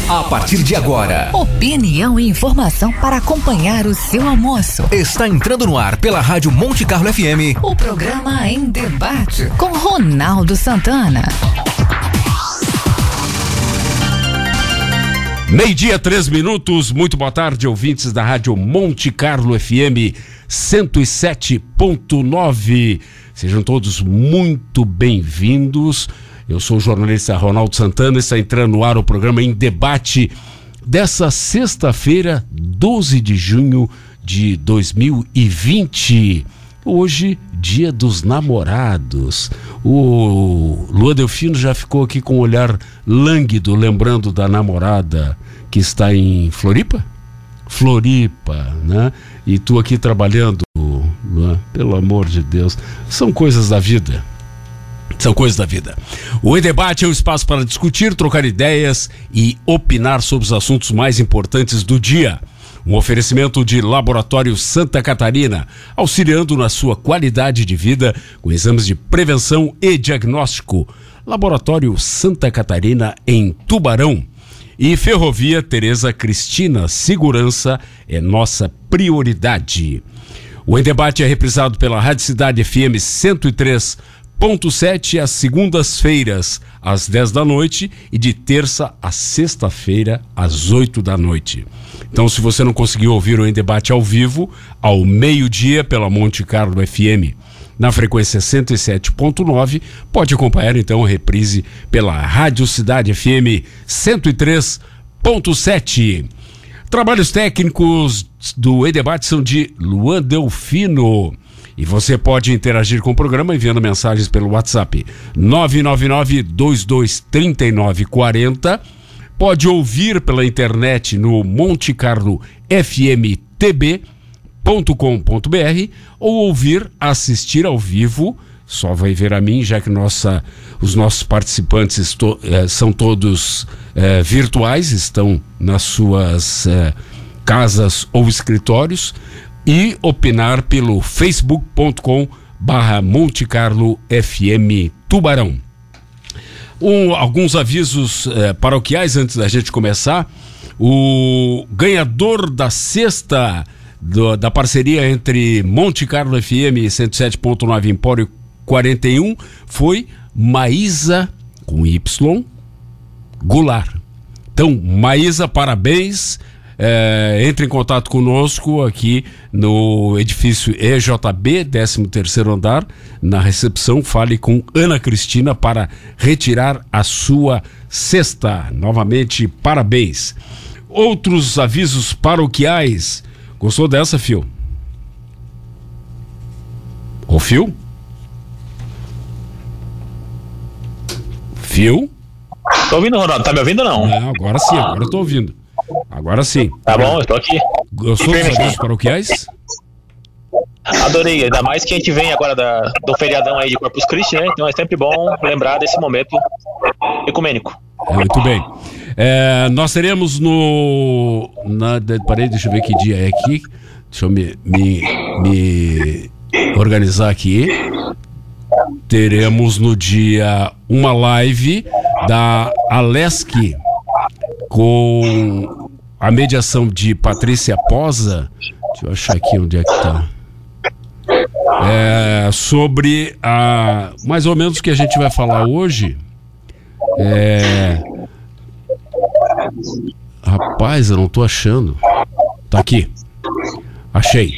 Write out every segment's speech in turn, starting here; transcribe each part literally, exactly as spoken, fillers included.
A partir de agora, opinião e informação para acompanhar o seu almoço. Está entrando no ar pela Rádio Monte Carlo F M. O programa Em Debate com Ronaldo Santana. Meio-dia, três minutos. Muito boa tarde, ouvintes da Rádio Monte Carlo F M cento e sete ponto nove. Sejam todos muito bem-vindos. Eu sou o jornalista Ronaldo Santana. Está entrando no ar o programa Em Debate dessa sexta-feira, doze de junho de dois mil e vinte. Hoje, dia dos namorados. O Luan Delfino já ficou aqui com um olhar lânguido, lembrando da namorada que está em Floripa? Floripa, né? E tu aqui trabalhando, Luan, pelo amor de Deus. São coisas da vida. São coisas da vida. O Em Debate é um espaço para discutir, trocar ideias e opinar sobre os assuntos mais importantes do dia. Um oferecimento de Laboratório Santa Catarina, auxiliando na sua qualidade de vida com exames de prevenção e diagnóstico. Laboratório Santa Catarina em Tubarão. E Ferrovia Tereza Cristina, segurança é nossa prioridade. O Em Debate é reprisado pela Rádio Cidade F M cento e três ponto sete às segundas-feiras, às dez da noite, e de terça a sexta-feira, às oito da noite. Então, se você não conseguiu ouvir o Em Debate ao vivo, ao meio-dia, pela Monte Carlo F M, na frequência cento e sete ponto nove, pode acompanhar então a reprise pela Rádio Cidade F M cento e três ponto sete. Trabalhos técnicos do Em Debate são de Luan Delfino. E você pode interagir com o programa enviando mensagens pelo WhatsApp nove nove nove, dois dois três nove quatro zero. Pode ouvir pela internet no monte carlo f m t b ponto com ponto b r ou ouvir, assistir ao vivo. Só vai ver a mim, já que nossa, os nossos participantes esto, eh, são todos eh, virtuais, estão nas suas eh, casas ou escritórios. E opinar pelo facebook ponto com barra Monte Carlo F M Tubarão. Um, alguns avisos eh, paroquiais antes da gente começar. O ganhador da sexta do, da parceria entre Monte Carlo F M e cento e sete ponto nove Empório quarenta e um foi Maísa, com Y, Goulart. Então, Maísa, parabéns. É, entre em contato conosco aqui no edifício E J B, décimo terceiro andar, na recepção. Fale com Ana Cristina para retirar a sua cesta. Novamente, parabéns. Outros avisos paroquiais. Gostou dessa, Fio? Ô, Fio? Fio? Tô ouvindo, Ronaldo. Tá me ouvindo ou não? Não, agora sim, agora eu tô ouvindo. Agora sim. Tá bom, eu tô aqui. Gostou dos avisos paroquiais? Adorei, ainda mais que a gente vem agora da, do feriadão aí de Corpus Christi, né? Então é sempre bom lembrar desse momento ecumênico. É, muito bem. É, nós teremos no... Na, parei, deixa eu ver que dia é aqui. Deixa eu me, me, me organizar aqui. Teremos no dia uma live da Alesc com a mediação de Patrícia Posa. Deixa eu achar aqui onde é que tá. É, sobre a, mais ou menos o que a gente vai falar hoje. É, rapaz, eu não tô achando. Tá aqui. Achei.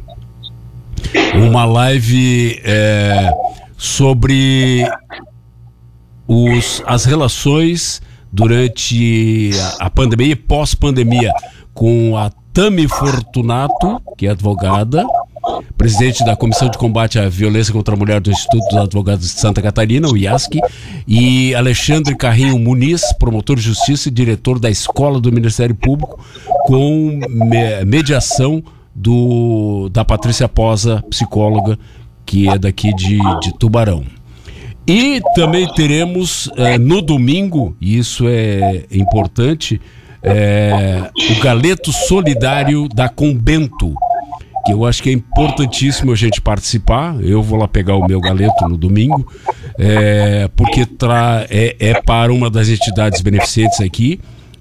Uma live é, sobre os, as relações durante a, a pandemia e pós-pandemia, com a Tami Fortunato, que é advogada, presidente da Comissão de Combate à Violência contra a Mulher do Instituto dos Advogados de Santa Catarina, o I A S C, e Alexandre Carrinho Muniz, promotor de justiça e diretor da Escola do Ministério Público, com me- mediação do, da Patrícia Posa, psicóloga, que é daqui de, de Tubarão. E também teremos eh, no domingo, e isso é importante, eh, o Galeto Solidário da Combento, que eu acho que é importantíssimo a gente participar. Eu vou lá pegar o meu galeto no domingo, é, porque tra- é, é para uma das entidades beneficentes aqui,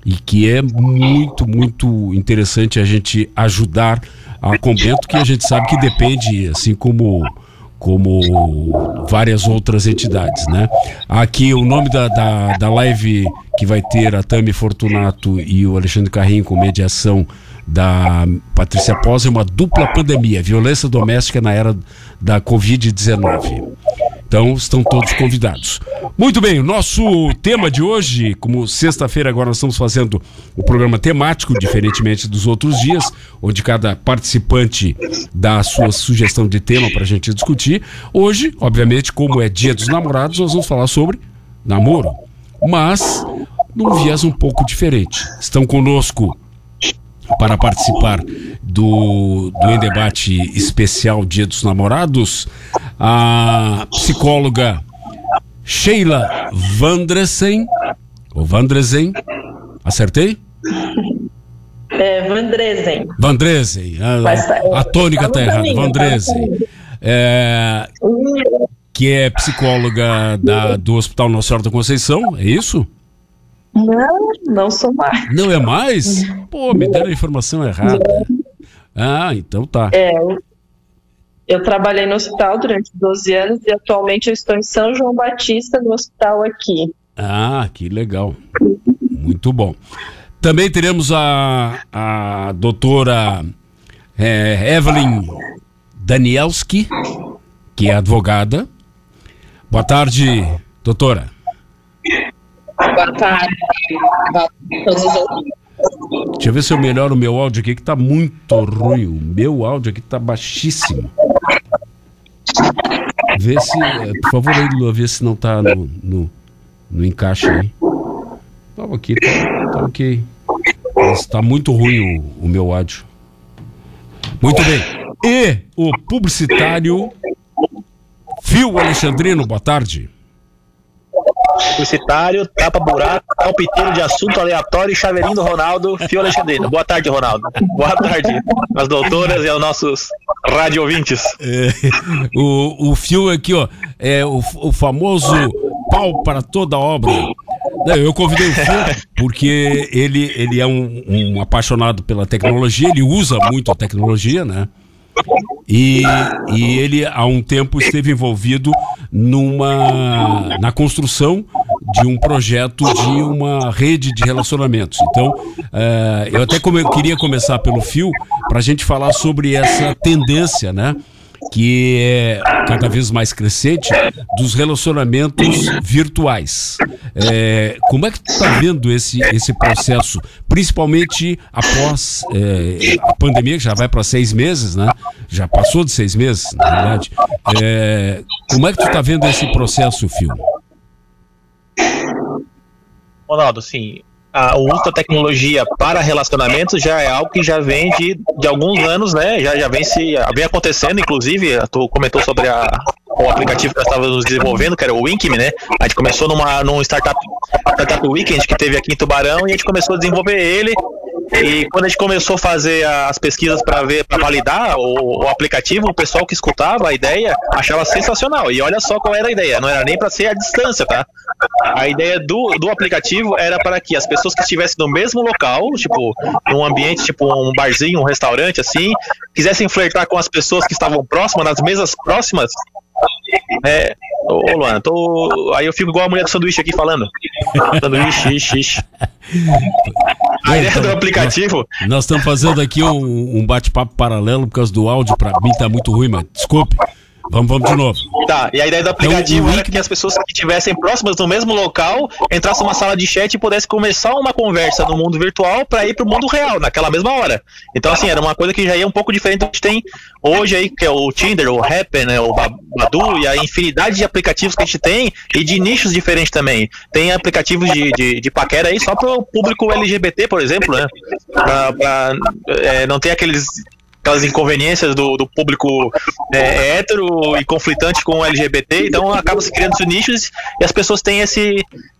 e que é muito, muito interessante a gente ajudar a Combento, que a gente sabe que depende, assim como, como várias outras entidades, né? Aqui o nome da, da, da live que vai ter a Tami Fortunato e o Alexandre Carrinho com mediação da Patrícia Pós é uma dupla pandemia, violência doméstica na era da covid dezenove. Então estão todos convidados. Muito bem, o nosso tema de hoje, como sexta-feira agora nós estamos fazendo o programa temático, diferentemente dos outros dias, onde cada participante dá a sua sugestão de tema para a gente discutir. Hoje, obviamente, como é Dia dos Namorados, nós vamos falar sobre namoro, mas num viés um pouco diferente. Estão conosco para participar do, do Em Debate especial Dia dos Namorados, a psicóloga Sheila Vandresen, ou Vandresen, acertei? É, Vandresen. Vandresen, a, a tônica está errada, Vandresen, é, que é psicóloga da, do Hospital Nossa Senhora da Conceição, é isso? Não, não sou mais. Não é mais? Pô, me deram a informação errada. Ah, então tá. É, eu trabalhei no hospital durante doze anos e atualmente eu estou em São João Batista, no hospital aqui. Ah, que legal. Muito bom. Também teremos a, a doutora é, Evelyn Danielski, que é advogada. Boa tarde, doutora. Boa tarde. Deixa eu ver se eu melhoro o meu áudio aqui, que tá muito ruim. O meu áudio aqui tá baixíssimo. Vê se, por favor, aí, Lua, vê se não tá no, no, no encaixe aí. Tá ok, tá, tá ok. Mas tá muito ruim o, o meu áudio. Muito bem. E o publicitário Fio Alexandrino, boa tarde. Publicitário, tapa-buraco, palpiteiro de assunto aleatório e chaveirinho do Ronaldo, Fio Alexandrino. Boa tarde, Ronaldo. Boa tarde às doutoras e aos nossos rádio ouvintes. É, o, o Fio aqui, ó, é o, o famoso pau para toda obra. Eu convidei o Fio porque ele, ele é um, um apaixonado pela tecnologia, ele usa muito a tecnologia, né? E, e ele há um tempo esteve envolvido numa, na construção de um projeto de uma rede de relacionamentos. Então, uh, eu até come, queria começar pelo Fio para a gente falar sobre essa tendência, né, que é cada vez mais crescente, dos relacionamentos virtuais. É, como é que tu está vendo esse, esse processo, principalmente após é, a pandemia, que já vai para seis meses, né? Já passou de seis meses, na verdade. É, como é que tu está vendo esse processo, Fio? Ronaldo, sim. A, o uso da tecnologia para relacionamentos já é algo que já vem de, de alguns anos, né? Já, já vem, se, vem acontecendo, inclusive, tu comentou sobre a, o aplicativo que nós estávamos desenvolvendo, que era o Winkme, né? A gente começou numa, num startup, startup Weekend que teve aqui em Tubarão e a gente começou a desenvolver ele. E quando a gente começou a fazer as pesquisas para ver, para validar o, o aplicativo, o pessoal que escutava a ideia achava sensacional. E olha só qual era a ideia, não era nem para ser a distância, tá? A ideia do, do aplicativo era para que as pessoas que estivessem no mesmo local, tipo, num ambiente, tipo um barzinho, um restaurante, assim, quisessem flertar com as pessoas que estavam próximas, nas mesas próximas. É, ô Luana, tô, aí eu fico igual a mulher do sanduíche aqui falando. Sanduíche, ixi, ixi. A ideia do aplicativo. Nós, nós estamos fazendo aqui um, um bate-papo paralelo por causa do áudio, para mim tá muito ruim, mas desculpe. Vamos, vamos de novo. Tá, e a ideia do aplicativo então, era que as pessoas que estivessem próximas no mesmo local entrassem numa sala de chat e pudessem começar uma conversa no mundo virtual para ir pro mundo real, naquela mesma hora. Então, assim, era uma coisa que já ia um pouco diferente do que a gente tem hoje aí, que é o Tinder, o Happn, né, o Badoo e a infinidade de aplicativos que a gente tem e de nichos diferentes também. Tem aplicativos de, de, de paquera aí só pro público L G B T, por exemplo, né? Pra, pra é, não ter aqueles... aquelas inconveniências do, do público é, hétero e conflitante com o L G B T, então acaba se criando esses nichos e as pessoas têm esse,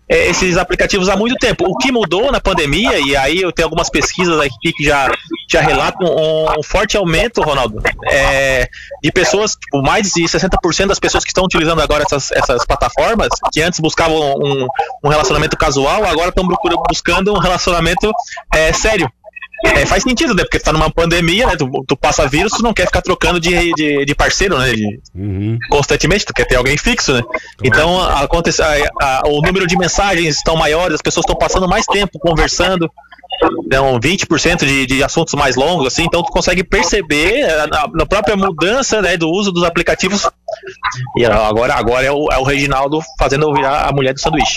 é, esses aplicativos há muito tempo. O que mudou na pandemia, e aí eu tenho algumas pesquisas aqui que já, já relatam um, um forte aumento, Ronaldo, é, de pessoas, tipo, mais de sessenta por cento das pessoas que estão utilizando agora essas, essas plataformas, que antes buscavam um, um relacionamento casual, agora estão buscando um relacionamento é, sério. É, faz sentido, né? Porque tu tá numa pandemia, né? Tu, tu passa vírus, tu não quer ficar trocando de, de, de parceiro, né? De, uhum. Constantemente, tu quer ter alguém fixo, né? Então, acontece, a, a, o número de mensagens estão maiores, as pessoas estão passando mais tempo conversando, então vinte por cento de, de assuntos mais longos, assim, então tu consegue perceber na, na própria mudança, né, do uso dos aplicativos. E agora, agora é, o, é o Reginaldo fazendo eu virar a mulher do sanduíche.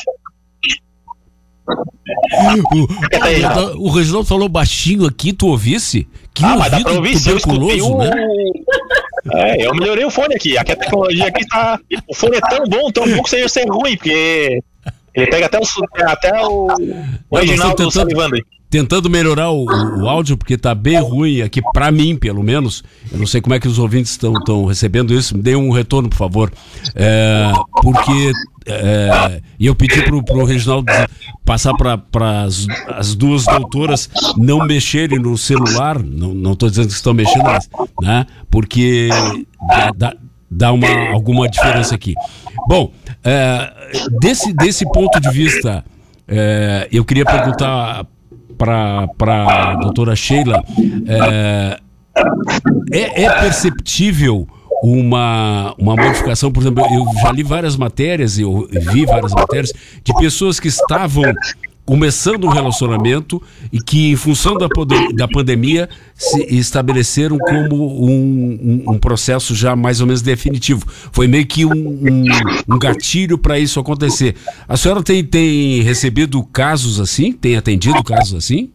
O, o Reginaldo falou baixinho aqui, tu ouvisse? Que ah, mas dá pra ouvir, se eu escutei o... né? É, eu melhorei o fone aqui. Aqui a tecnologia aqui tá. O fone é tão bom, tão bom que seja ser ruim, porque ele pega até o, até o, o Reginaldo salivando aí. Tentando melhorar o, o áudio, porque tá bem ruim aqui, pra mim, pelo menos. Eu não sei como é que os ouvintes estão recebendo isso. Me dê um retorno, por favor. É, porque é, eu pedi pro, pro Reginaldo passar para as duas doutoras não mexerem no celular. Não, não tô dizendo que estão mexendo, mas, né? Porque dá, dá, dá uma, alguma diferença aqui. Bom, é, desse, desse ponto de vista, é, eu queria perguntar para a doutora Sheila, é, é, é perceptível uma, uma modificação? Por exemplo, eu já li várias matérias, eu vi várias matérias de pessoas que estavam começando um relacionamento e que, em função da, da pandemia, se estabeleceram como um, um, um processo já mais ou menos definitivo. Foi meio que um, um, um gatilho para isso acontecer. A senhora tem, tem recebido casos assim? Tem atendido casos assim?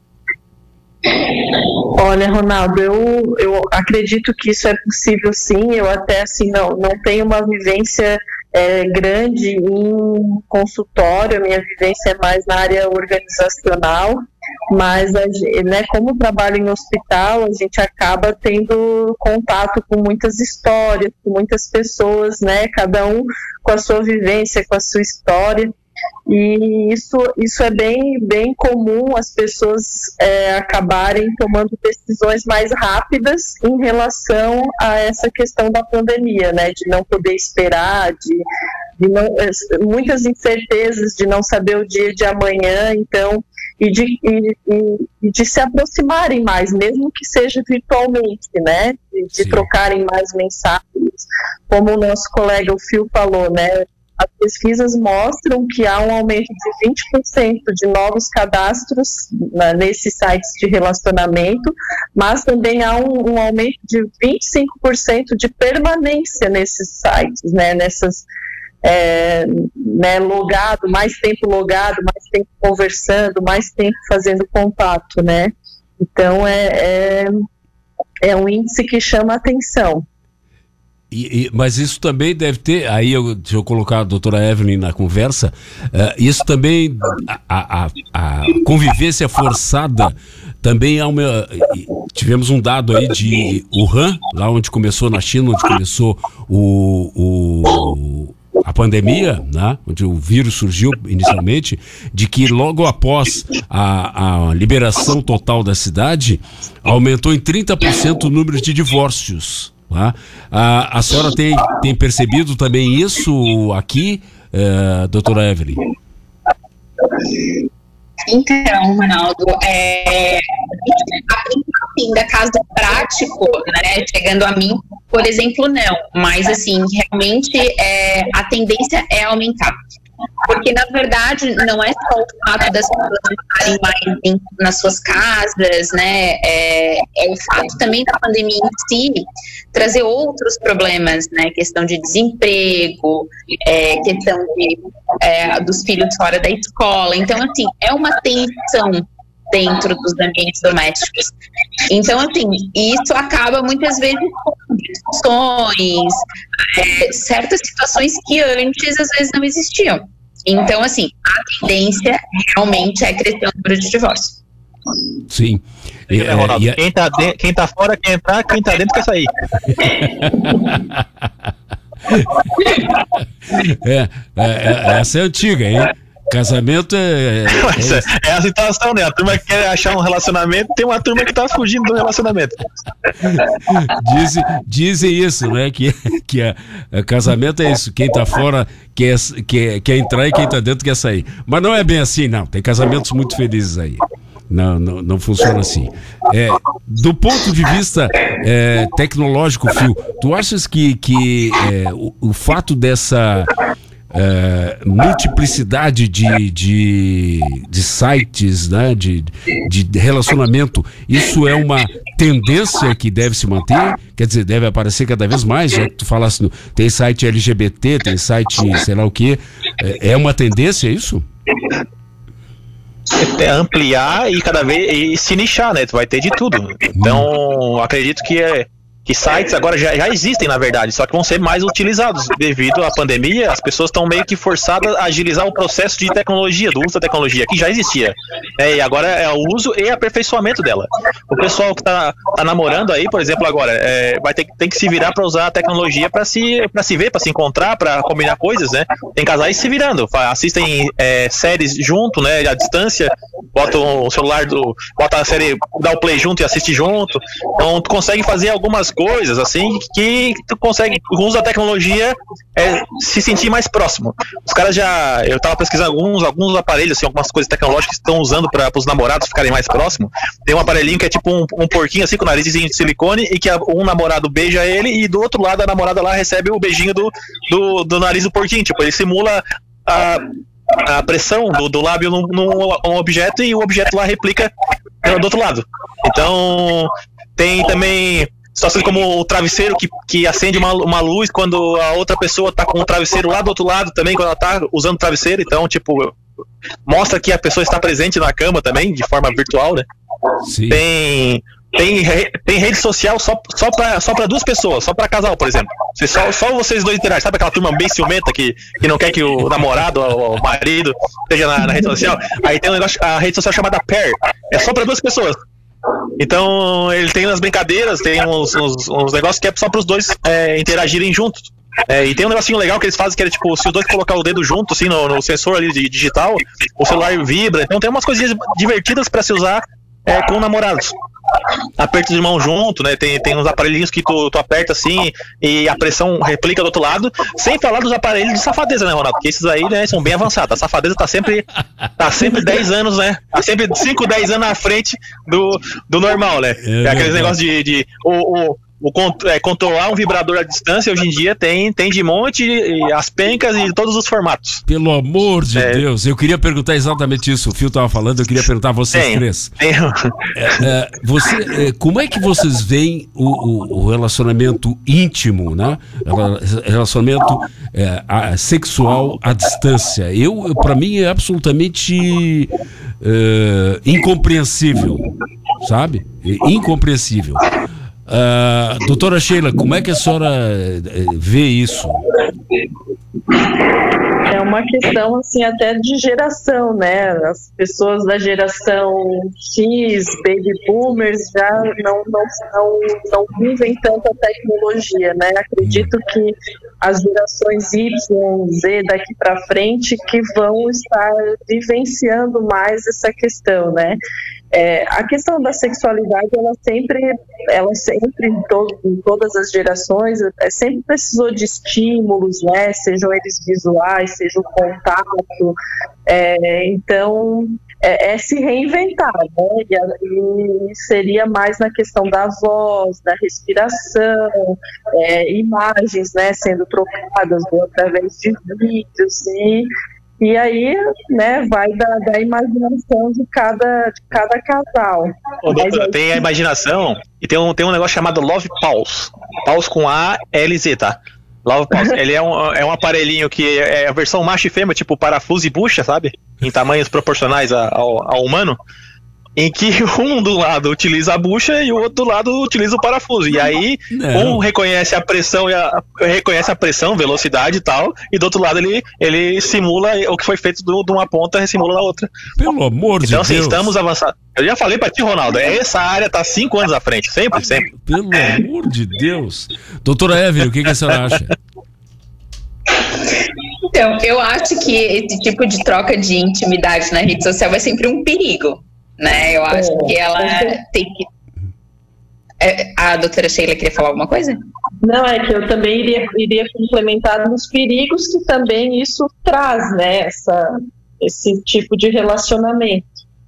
Olha, Ronaldo, eu, eu acredito que isso é possível, sim. Eu até, assim, não, não tenho uma vivência é, grande em consultório. A minha vivência é mais na área organizacional, mas, a, né, como trabalho em hospital, a gente acaba tendo contato com muitas histórias, com muitas pessoas, né, cada um com a sua vivência, com a sua história. E isso, isso é bem, bem comum, as pessoas é, acabarem tomando decisões mais rápidas em relação a essa questão da pandemia, né, de não poder esperar, de, de não, muitas incertezas, de não saber o dia de amanhã, então, e de, e, e de se aproximarem mais, mesmo que seja virtualmente, né, de, de trocarem mais mensagens, como o nosso colega, o Phil, falou, né. As pesquisas mostram que há um aumento de vinte por cento de novos cadastros né, nesses sites de relacionamento, mas também há um, um aumento de vinte e cinco por cento de permanência nesses sites, né, nessas, é, né, logado, mais tempo logado, mais tempo conversando, mais tempo fazendo contato, né? Então é, é, é um índice que chama a atenção. E, e, mas isso também deve ter, aí eu, deixa eu colocar a doutora Evelyn na conversa, uh, isso também, a, a, a convivência forçada, também há uma, tivemos um dado aí de Wuhan, lá onde começou, na China, onde começou o, o, a pandemia, né, onde o vírus surgiu inicialmente, de que logo após a, a liberação total da cidade, aumentou em trinta por cento o número de divórcios. Tá? A, a senhora tem, tem percebido também isso aqui, uh, doutora Evelyn? Então, Ronaldo, é, assim, da caso prático, né, chegando a mim, por exemplo, não, mas assim, realmente é, a tendência é aumentar. Porque, na verdade, não é só o fato das pessoas estarem mais em, nas suas casas, né? É, é o fato também da pandemia em si trazer outros problemas, né? Questão de desemprego, é, questão de, é, dos filhos fora da escola. Então, assim, é uma tensão dentro dos ambientes domésticos. Então, assim, isso acaba muitas vezes com discussões, é, certas situações que antes, às vezes, não existiam. Então, assim, a tendência realmente é crescer o número de divórcio. Sim. E, é, Ronaldo, e, quem, tá de, quem tá fora quer entrar, quem tá dentro quer sair. é, é, é, essa é antiga, hein? casamento é... É, é a situação, né? A turma que quer achar um relacionamento, tem uma turma que tá fugindo do relacionamento. Dizem, dizem isso, né? Que, que a, a casamento é isso. Quem tá fora quer, quer, quer entrar e quem tá dentro quer sair. Mas não é bem assim, não. Tem casamentos muito felizes aí. Não, não, não funciona assim. É, do ponto de vista é, tecnológico, Phil, tu achas que, que é, o, o fato dessa é, multiplicidade de, de, de sites, né, de, de relacionamento, isso é uma tendência que deve se manter? Quer dizer, deve aparecer cada vez mais, já que tu falasse, tem site L G B T, tem site sei lá o quê, é, é uma tendência isso? É ampliar e cada vez e se nichar, né? Tu vai ter de tudo. Então, acredito que é que sites agora já, já existem, na verdade, só que vão ser mais utilizados. Devido à pandemia, as pessoas estão meio que forçadas a agilizar o processo de tecnologia, do uso da tecnologia, que já existia. É, e agora é o uso e aperfeiçoamento dela. O pessoal que está tá namorando aí, por exemplo, agora, é, vai ter tem que se virar para usar a tecnologia para se, para se ver, para se encontrar, para combinar coisas, né? Tem casais se virando, assistem é, séries junto, né? À distância, bota o celular, do, bota a série, dá o play junto e assiste junto. Então, tu consegue fazer algumas coisas assim que tu consegue, com o uso da tecnologia, é, se sentir mais próximo. Os caras já, eu tava pesquisando alguns, alguns aparelhos, assim, algumas coisas tecnológicas que estão usando para os namorados ficarem mais próximos. Tem um aparelhinho que é tipo um, um porquinho assim com o nariz de silicone e que um namorado beija ele e do outro lado a namorada lá recebe o beijinho do, do, do nariz do porquinho. Tipo, ele simula a a pressão do, do lábio num, num objeto e o objeto lá replica do outro lado. Então tem também situações como o travesseiro que, que acende uma, uma luz quando a outra pessoa tá com o travesseiro lá do outro lado também, quando ela tá usando o travesseiro. Então, tipo, mostra que a pessoa está presente na cama também, de forma virtual, né? Sim. Tem, tem, tem rede social só, só para só pra duas pessoas, só para casal, por exemplo. Você, só, só vocês dois interagem. Sabe aquela turma bem ciumenta que, que não quer que o namorado ou o marido esteja na, na rede social? Aí tem um negócio, a rede social chamada Pair. É só para duas pessoas. Então ele tem umas brincadeiras, tem uns, uns, uns negócios que é só para os dois é, interagirem juntos. É, e tem um negocinho legal que eles fazem que é tipo, se os dois colocar o dedo junto assim no, no sensor ali de digital, o celular vibra. Então tem umas coisinhas divertidas para se usar é, com namorados. Aperto de mão junto, né? Tem, tem uns aparelhinhos que tu, tu aperta assim e a pressão replica do outro lado. Sem falar dos aparelhos de safadeza, né, Ronaldo? Porque esses aí, né, são bem avançados. A safadeza tá sempre tá sempre dez anos, né? Tá sempre cinco, dez anos à frente do, do normal, né? É, é aqueles negócios de, de o, o, o é, controlar um vibrador à distância hoje em dia tem, tem de monte, e as pencas e todos os formatos. Pelo amor de é. Deus, eu queria perguntar exatamente isso. O Phil estava falando, eu queria perguntar a vocês tem, três. Tem. É, é, você, é, como é que vocês veem o, o, o relacionamento íntimo, né? Relacionamento é, a, sexual à distância? Eu, eu para mim é absolutamente é, incompreensível, sabe? É incompreensível. Uh, doutora Sheila, como é que a senhora vê isso? É uma questão assim até de geração, né? As pessoas da geração X, baby boomers, já não, não, não, não vivem tanta tecnologia, né? Acredito que as gerações Y, Z daqui para frente que vão estar vivenciando mais essa questão, né? É, a questão da sexualidade, ela sempre, ela sempre em, to, em todas as gerações, é, sempre precisou de estímulos, né? Sejam eles visuais, seja o contato. É, então, é, é se reinventar, né? E, e seria mais na questão da voz, da respiração, é, imagens, né, sendo trocadas ou através de vídeos e E aí, né, vai da, da imaginação de cada, de cada casal. Ô, doutora, aí... tem a imaginação e tem um, tem um negócio chamado Love Pulse. Pulse com A L Z, tá? Love Pulse. Ele é um, é um aparelhinho que é a versão macho e fêmea, tipo parafuso e bucha, sabe? Em tamanhos proporcionais ao, ao humano. Em que um do lado utiliza a bucha e o outro do lado utiliza o parafuso. E aí, não. um reconhece a pressão, e a, reconhece a pressão, velocidade e tal, e do outro lado ele, ele simula o que foi feito do, de uma ponta e simula na outra. Pelo amor de então, Deus. Então, assim, estamos avançados. Eu já falei pra ti, Ronaldo, essa área tá cinco anos à frente, sempre, sempre. Pelo amor de Deus. Doutora Evelyn, o que, que a senhora acha? Então, eu acho que esse tipo de troca de intimidade na rede social é sempre um perigo, né? Eu acho é, que ela é. tem que... A doutora Sheila queria falar alguma coisa? Não, é que eu também iria, iria complementar nos perigos que também isso traz, né? Essa, esse tipo de relacionamento.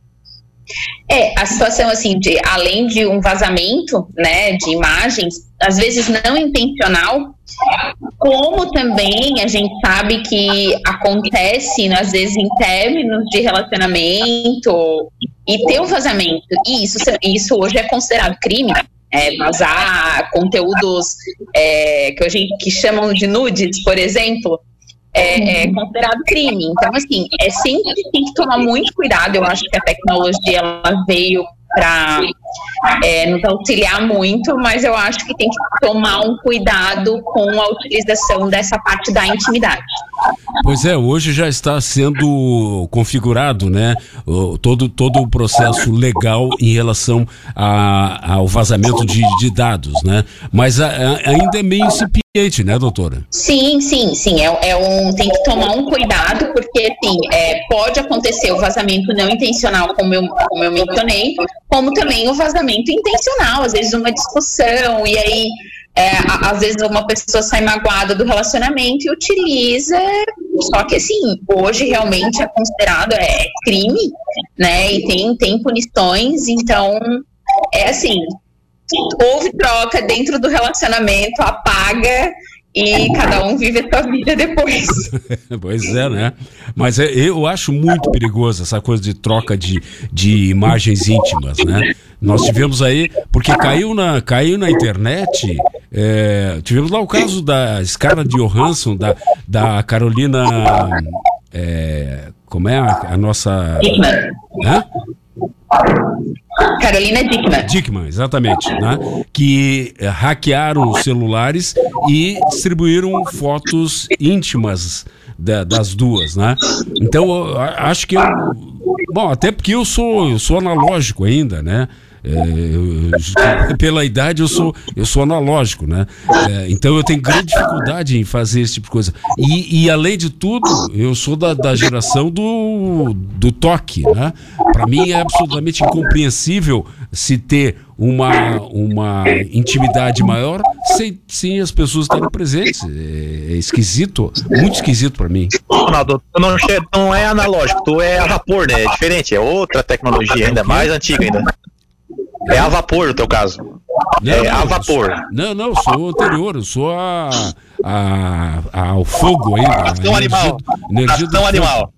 É, a situação assim, de, além de um vazamento, né, de imagens, às vezes não intencional, como também a gente sabe que acontece, às vezes, em términos de relacionamento, e ter um vazamento, e isso, isso hoje é considerado crime, é, vazar conteúdos é, que a gente que chamam de nudes, por exemplo, É, é considerado crime. Então, assim, é sempre tem que tomar muito cuidado. Eu acho que a tecnologia ela veio para é, nos auxiliar muito, mas eu acho que tem que tomar um cuidado com a utilização dessa parte da intimidade. Pois é, hoje já está sendo configurado, né, o, todo, todo o processo legal em relação a, ao vazamento de, de dados, né? Mas a, a, ainda é meio incipiente, né, doutora? Sim, sim, sim. É, é um, tem que tomar um cuidado, porque assim, é, pode acontecer o vazamento não intencional, como eu, como eu mencionei, como também o vazamento intencional, às vezes uma discussão, e aí É, às vezes uma pessoa sai magoada do relacionamento e utiliza, só que assim, hoje realmente é considerado é crime, né, e tem, tem punições, então é assim, houve troca dentro do relacionamento, apaga e cada um vive a sua vida depois. Pois é, né? Mas é, eu acho muito perigoso essa coisa de troca de, de imagens íntimas, né? Nós tivemos aí, porque caiu na, caiu na internet, é, tivemos lá o caso da Scarlett Johansson, da, da Carolina, é, como é a, a nossa... Dickman. Hã? Carolina Dickman. Dickman, exatamente, né? Que eh, hackearam os celulares e distribuíram fotos íntimas da, das duas, né? Então, eu acho que eu... Bom, até porque eu sou, eu sou analógico ainda, né? É, eu, eu, pela idade eu sou, eu sou analógico, né? É, então eu tenho grande dificuldade em fazer esse tipo de coisa. E, e além de tudo, eu sou da, da geração do, do toque, né? Para mim é absolutamente incompreensível se ter uma, uma intimidade maior sem, sem as pessoas estarem presentes. É, é esquisito, muito esquisito para mim. Ronaldo, tu não, não é analógico, tu é a vapor, né? É diferente, é outra tecnologia, ainda mais antiga ainda. É a vapor no teu caso. Não, é não, a vapor. Não, não, eu sou anterior, eu sou a, a, a, ao fogo ainda. Ação animal. Energia Ação animal.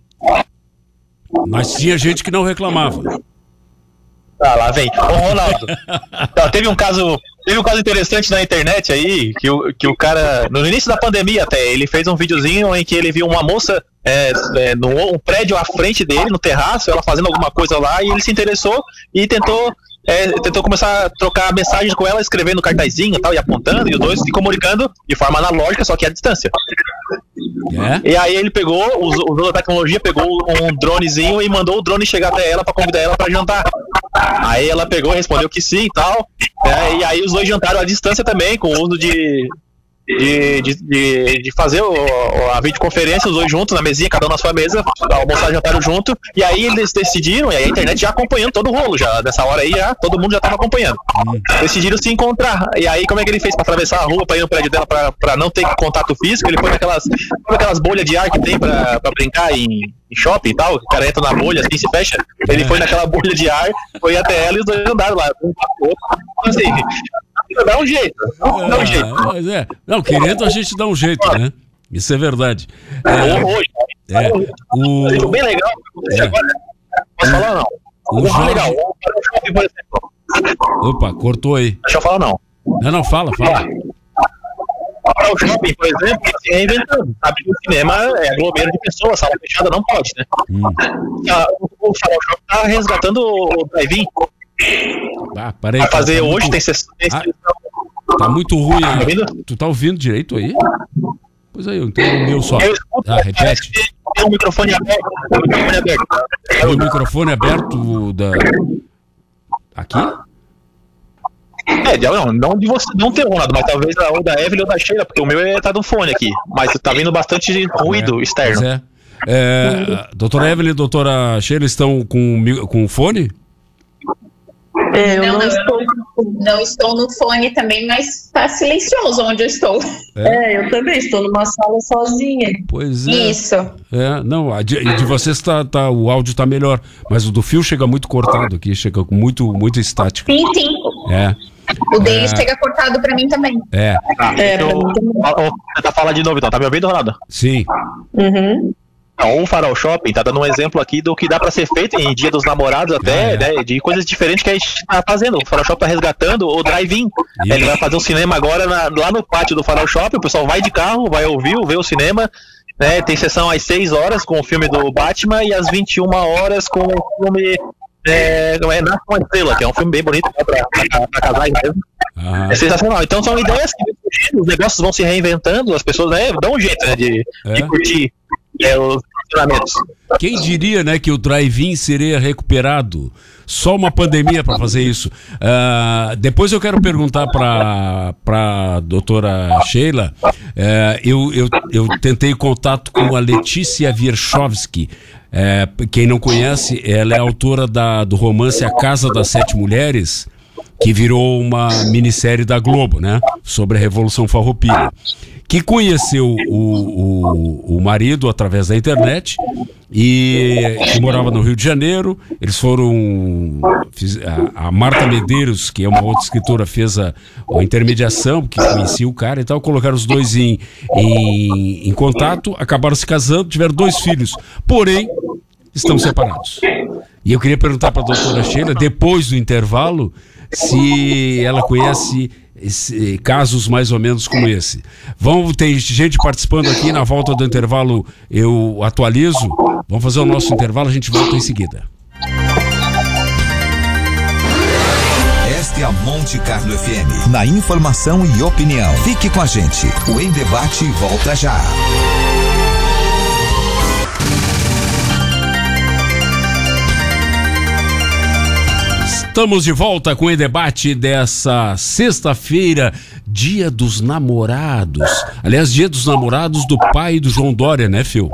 Mas tinha gente que não reclamava. Ah, lá vem. Ô, Ronaldo, então, teve um caso, teve um caso interessante na internet aí, que o, que o cara, no início da pandemia até, ele fez um videozinho em que ele viu uma moça é, é, no um prédio à frente dele, no terraço, ela fazendo alguma coisa lá, e ele se interessou e tentou É, tentou começar a trocar mensagens com ela, escrevendo cartazinho e tal, e apontando, e os dois se comunicando de forma analógica, só que à distância. Yeah. E aí ele pegou, usou a tecnologia, pegou um dronezinho e mandou o drone chegar até ela pra convidar ela pra jantar. Aí ela pegou e respondeu que sim e tal, né, e aí os dois jantaram à distância também, com o uso de... De, de, de, de fazer o, a videoconferência, os dois juntos na mesinha, cada um na sua mesa, almoçar e jantaram junto, e aí eles decidiram, e aí a internet já acompanhando todo o rolo, já nessa hora aí, já, todo mundo já estava acompanhando. Hum. Decidiram se encontrar, e aí como é que ele fez para atravessar a rua, para ir no prédio dela, para não ter contato físico? Ele foi naquelas, naquelas bolhas de ar que tem para brincar em, em shopping e tal, o cara entra na bolha, assim, se fecha, ele foi naquela bolha de ar, foi até ela e os dois andaram lá, um então, assim, dá um jeito, dá um jeito. Ah, mas é. Não, querendo a gente dá um jeito, né? Isso é verdade. É, hoje, é, o... bem legal. É. Agora, posso falar ou não? O o Jorge... legal. O shopping, por exemplo. Opa, cortou aí. Deixa eu falar não. Não, não, fala, fala. Para o shopping, por exemplo, se reinventando. Sabe que o cinema é aglomero de pessoas, sala fechada não pode, né? Hum. O Salão Shopping está resgatando o drive-in. Ah, parei, vai fazer tá hoje, muito... tem sessão. Ah, tá muito ruim aí. Tá, tu tá ouvindo direito aí? Pois aí, eu entendo o meu só. Eu escuto, ah, repete. Tem o microfone aberto. O microfone aberto. Tem o microfone aberto da... Aqui? É, não, não de você não ter, Ronaldo, mas talvez ou da Evelyn ou da Sheila, porque o meu é, tá no fone aqui, mas tá vindo bastante ruído é, externo. Pois é. É, doutora Evelyn e doutora Sheila estão com, com fone? É, eu não, não, não, estou. não estou no fone também, mas tá silencioso onde eu estou. É, é eu também estou numa sala sozinha. Pois é. Isso. É, não, a de, de vocês tá, tá, o áudio tá melhor, mas o do fio chega muito cortado aqui, chega com muito, muito estático. Sim, sim. É. O deles É. chega cortado pra mim também. É, Ah, É, então, pra mim também. ó, ó, tentar falar de novo então, tá me ouvindo, Ronaldo? sim. Uhum. Não, o Farol Shopping tá dando um exemplo aqui do que dá pra ser feito em Dia dos Namorados até, Ah, é. né, de coisas diferentes que a gente tá fazendo. O Farol Shopping tá resgatando o drive-in. Isso. Ele vai fazer um cinema agora na- lá no pátio do Farol Shopping, o pessoal vai de carro, vai ouvir, ver o cinema, né, tem sessão às seis horas com o filme do Batman e às vinte e uma horas com o filme é, é Nasce uma Estrela, que é um filme bem bonito, né, pra, pra, pra casais mesmo. Aham. É sensacional. Então são ideias que vão surgindo, os negócios vão se reinventando, as pessoas, né, dão um jeito, né, de, É. de curtir é, os funcionamentos. Quem diria, né, que o drive-in seria recuperado? Só uma pandemia para fazer isso. Ah, depois eu quero perguntar para para doutora Sheila. eh, eu, eu, eu tentei contato com a Letícia Wierchowski. Eh, quem não conhece, ela é autora da, do romance A Casa das Sete Mulheres, que virou uma minissérie da Globo, né? Sobre a Revolução Farroupilha. Que conheceu o, o, o marido através da internet e que morava no Rio de Janeiro. Eles foram. Fiz, a, a Marta Medeiros, que é uma outra escritora, fez a, a intermediação, porque conhecia o cara e tal. Colocaram os dois em, em, em contato, acabaram se casando, tiveram dois filhos. Porém, estão separados. E eu queria perguntar para a doutora Sheila, depois do intervalo, se ela conhece esse, casos mais ou menos como esse. Vamos, tem gente participando aqui, na volta do intervalo eu atualizo. Vamos fazer o nosso intervalo, a gente volta em seguida. Esta é a Monte Carlo F M. Na informação e opinião. Fique com a gente. O Em Debate volta já. Estamos de volta com o Em Debate dessa sexta-feira, Dia dos Namorados. Aliás, Dia dos Namorados do pai do João Dória, né, Phil?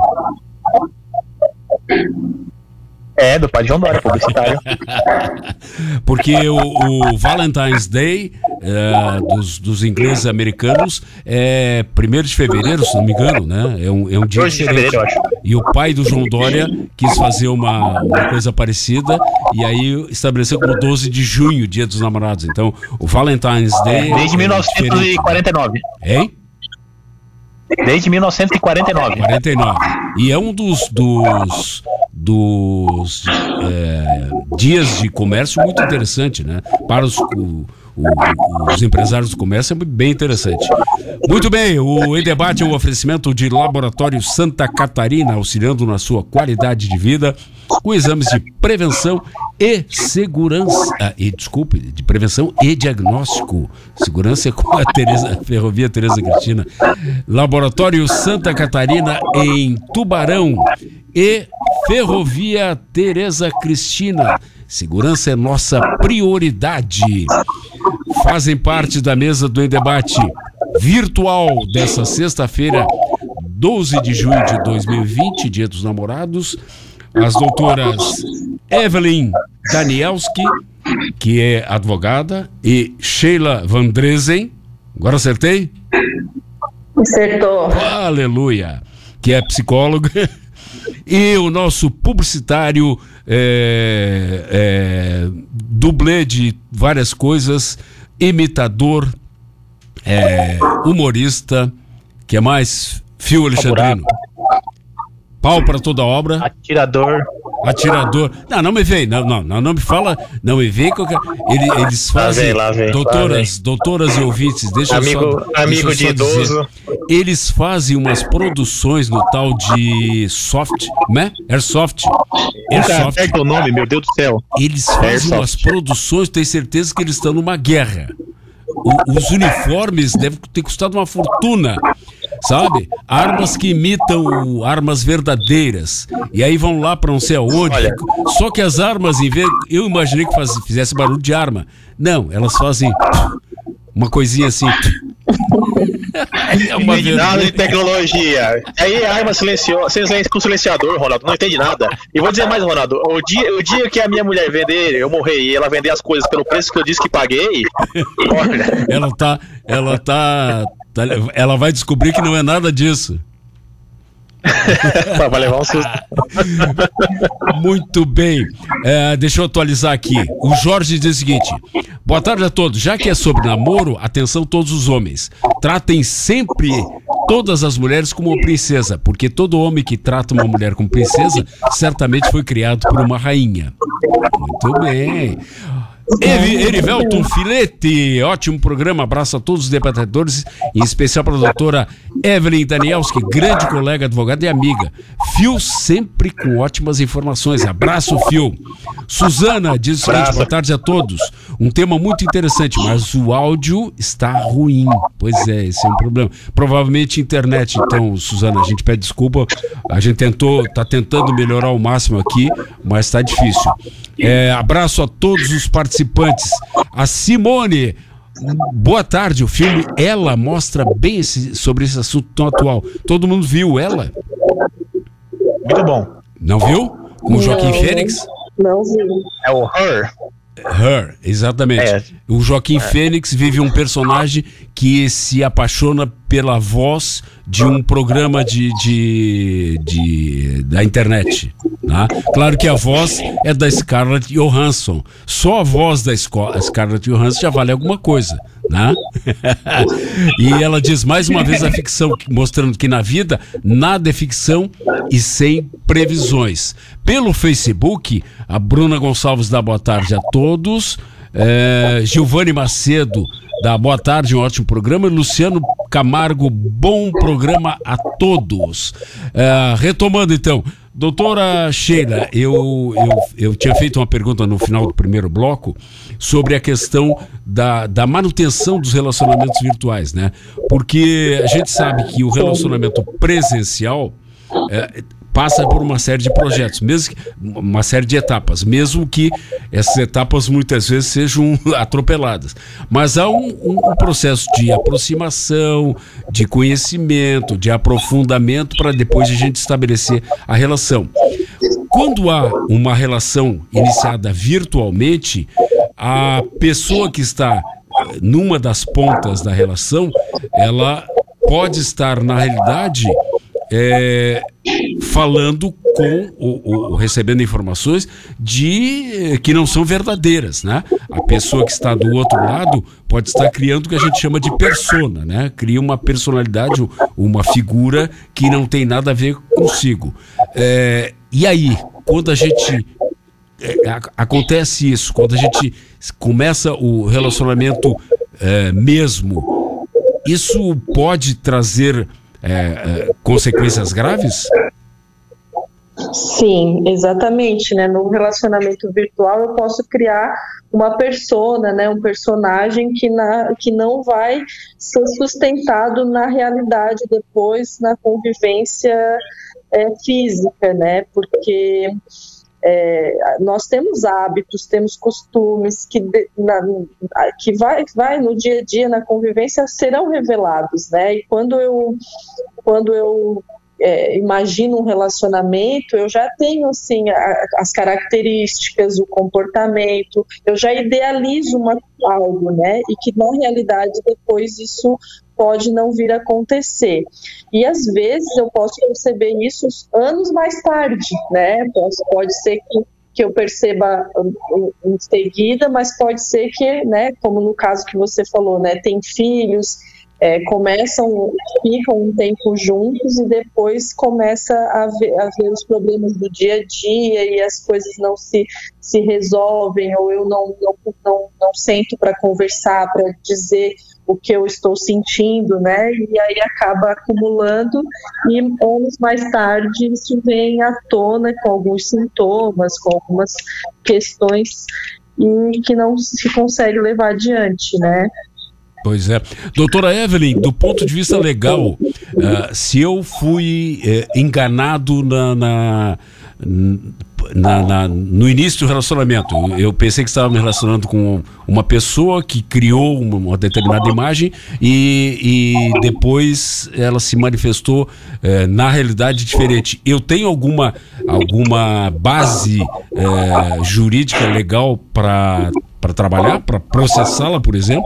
É, do pai de João Dória, publicitário. Porque o, o Valentine's Day é, dos, dos ingleses americanos é primeiro de fevereiro, se não me engano, né? É um, é um dia dois de diferente. fevereiro, eu acho. E o pai do João Dória quis fazer uma, uma coisa parecida e aí estabeleceu como doze de junho, Dia dos Namorados. Então, o Valentine's Day... Desde é mil novecentos e quarenta e nove. Hein? Desde mil novecentos e quarenta e nove. quarenta e nove. E é um dos, dos, dos é, dias de comércio muito interessante, né? Para os, o, o, os empresários do comércio é bem interessante. Muito bem, o Em Debate é um oferecimento de Laboratório Santa Catarina, auxiliando na sua qualidade de vida com exames de prevenção e segurança, ah, e, desculpe, de prevenção e diagnóstico. Segurança é com a Tereza, Ferrovia Tereza Cristina. Laboratório Santa Catarina em Tubarão e Ferrovia Tereza Cristina. Segurança é nossa prioridade. Fazem parte da mesa do Em Debate virtual dessa sexta-feira, doze de junho de dois mil e vinte, Dia dos Namorados, as doutoras Evelyn Danielski, que é advogada, e Sheila Van Dresen, agora acertei? Acertou. Aleluia! Que é psicóloga, e o nosso publicitário, é, é, dublê de várias coisas, imitador, é, humorista, que é mais Fio Alexandrino. Pau para toda obra. Atirador. Atirador. Não, não me vem. Não, não, não, não me fala. Não me vem. Qualquer... Ele, eles fazem. Lá vem, lá vem, doutoras, lá doutoras e ouvintes, deixa amigo, eu só. amigo deixa eu de só dizer. idoso. Eles fazem umas produções no tal de soft, né? Airsoft. Airsoft. É o nome, meu Deus do céu. Eles fazem Airsoft. umas produções, tenho certeza que eles estão numa guerra. O, os uniformes devem ter custado uma fortuna, sabe? Armas que imitam armas verdadeiras. E aí vão lá para não sei aonde. Olha. Só que as armas, em vez. Eu imaginei que faz, fizesse barulho de arma. Não, elas fazem. Uma coisinha assim. É uma não entende nada de tecnologia. Aí arma silenciosa, silencio, com silenciador, Ronaldo, não entende nada. E vou dizer mais, Ronaldo, o dia, o dia que a minha mulher vender, eu morrer e ela vender as coisas pelo preço que eu disse que paguei, olha. Ela tá, ela tá, tá, ela vai descobrir que não é nada disso. Vai levar um susto. Muito bem, é, deixa eu atualizar aqui. O Jorge diz o seguinte: boa tarde a todos. Já que é sobre namoro, atenção todos os homens, tratem sempre todas as mulheres como uma princesa, porque todo homem que trata uma mulher como princesa certamente foi criado por uma rainha. Muito bem. Erivelton Filete, ótimo programa, abraço a todos os debatedores, em especial para a doutora Evelyn Danielski, grande colega, advogada e amiga. Fio sempre com ótimas informações, abraço Fio. Suzana diz o seguinte: boa tarde a todos, um tema muito interessante, mas o áudio está ruim. Pois é, esse é um problema, provavelmente internet. Então, Suzana, a gente pede desculpa, a gente tentou, está tentando melhorar ao máximo aqui, mas está difícil. É, abraço a todos os participantes. A Simone, boa tarde. O filme Ela mostra bem esse, sobre esse assunto tão atual. Todo mundo viu Ela? Muito bom. Não viu? Com o Joaquim Fênix? Não vi. É o Her. Her, exatamente. É. O Joaquim é. Fênix vive um personagem que se apaixona pela voz de um programa de, de, de da internet, né? Claro que a voz é da Scarlett Johansson. Só a voz da Scarlett Johansson já vale alguma coisa, né? E ela diz mais uma vez a ficção, mostrando que na vida nada é ficção e sem previsões. Pelo Facebook, a Bruna Gonçalves dá boa tarde a todos. É, Gilvane Macedo dá boa tarde, um ótimo programa. Luciano Camargo, bom programa a todos. É, retomando então, doutora Sheila, eu, eu, eu tinha feito uma pergunta no final do primeiro bloco sobre a questão da, da manutenção dos relacionamentos virtuais, né? Porque a gente sabe que o relacionamento presencial é, passa por uma série de projetos, mesmo que, uma série de etapas, mesmo que essas etapas muitas vezes sejam atropeladas. Mas há um, um, um processo de aproximação, de conhecimento, de aprofundamento para depois a gente estabelecer a relação. Quando há uma relação iniciada virtualmente, a pessoa que está numa das pontas da relação, ela pode estar, na realidade, É, falando com ou, ou recebendo informações de que não são verdadeiras, né? A pessoa que está do outro lado pode estar criando o que a gente chama de persona, né? Cria uma personalidade, uma figura que não tem nada a ver consigo. É, e aí, quando a gente é, acontece isso, quando a gente começa o relacionamento é, mesmo, isso pode trazer É, é, consequências graves? Sim, exatamente, né? No relacionamento virtual eu posso criar uma persona, né? Um personagem que, na, que não vai ser sustentado na realidade depois, na convivência é, física, né? Porque É, nós temos hábitos, temos costumes que, de, na, que vai, vai no dia a dia, na convivência, serão revelados, né? E quando eu, quando eu é, imagino um relacionamento, eu já tenho assim, a, as características, o comportamento, eu já idealizo uma, algo, né? E que na realidade depois isso pode não vir a acontecer. E às vezes eu posso perceber isso anos mais tarde, né? Pode, pode ser que, que eu perceba em seguida, mas pode ser que, né, como no caso que você falou, né, tem filhos, é, começam, ficam um tempo juntos e depois começa a ver, a ver os problemas do dia a dia e as coisas não se, se resolvem, ou eu não, não, não, não sento para conversar, para dizer o que eu estou sentindo, né, e aí acaba acumulando e anos mais tarde isso vem à tona com alguns sintomas, com algumas questões e que não se consegue levar adiante, né. Pois é. Doutora Evelyn, do ponto de vista legal, uh, se eu fui uh, enganado na, na, na, na, no início do relacionamento, eu pensei que estava me relacionando com uma pessoa que criou uma, uma determinada imagem e, e depois ela se manifestou eh, na realidade diferente. Eu tenho alguma, alguma base eh, jurídica legal para para trabalhar, para processá-la, por exemplo?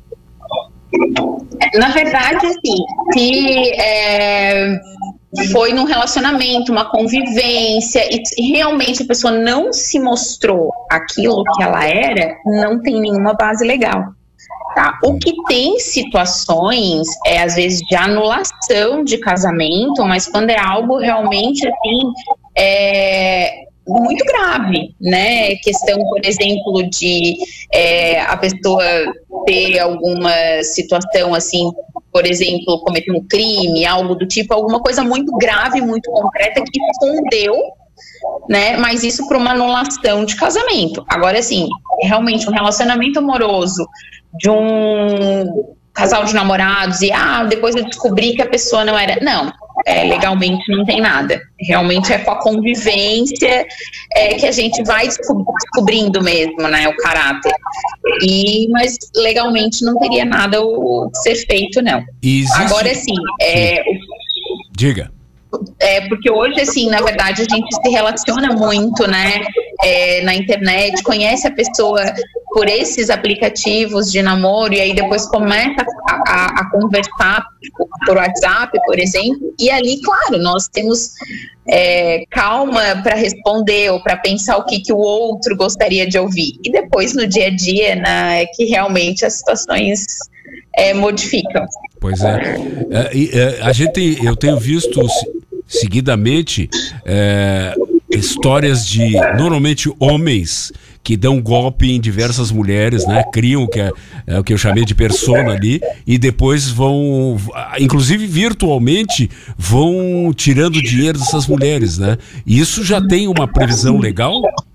Na verdade, assim, se é, foi num relacionamento, uma convivência, e realmente a pessoa não se mostrou aquilo que ela era, não tem nenhuma base legal. Tá? O que tem situações é, às vezes, de anulação de casamento, mas quando é algo realmente, assim, é... muito grave, né? Questão, por exemplo, de é, a pessoa ter alguma situação assim, por exemplo, cometer um crime, algo do tipo, alguma coisa muito grave, muito concreta que escondeu, né? Mas isso para uma anulação de casamento. Agora, assim, realmente um relacionamento amoroso de um casal de namorados e ah, depois eu descobri que a pessoa não era... Não. É, legalmente não tem nada, realmente é com a convivência é, que a gente vai descobrindo mesmo, né, o caráter, e, mas legalmente não teria nada o ser feito, não. Existe... Agora sim, é, diga. É, porque hoje, assim, na verdade, a gente se relaciona muito, né, é, na internet, conhece a pessoa por esses aplicativos de namoro e aí depois começa a, a, a conversar por WhatsApp, por exemplo, e ali, claro, nós temos é, calma para responder ou para pensar o que, que o outro gostaria de ouvir. E depois, no dia a dia, né, é que realmente as situações é, modificam. Pois é. é, é a gente, eu tenho visto seguidamente é, histórias de, normalmente, homens que dão golpe em diversas mulheres, né? Criam o que, é, é, o que eu chamei de persona ali e depois vão, inclusive virtualmente, vão tirando dinheiro dessas mulheres, né? E isso já tem uma previsão legal?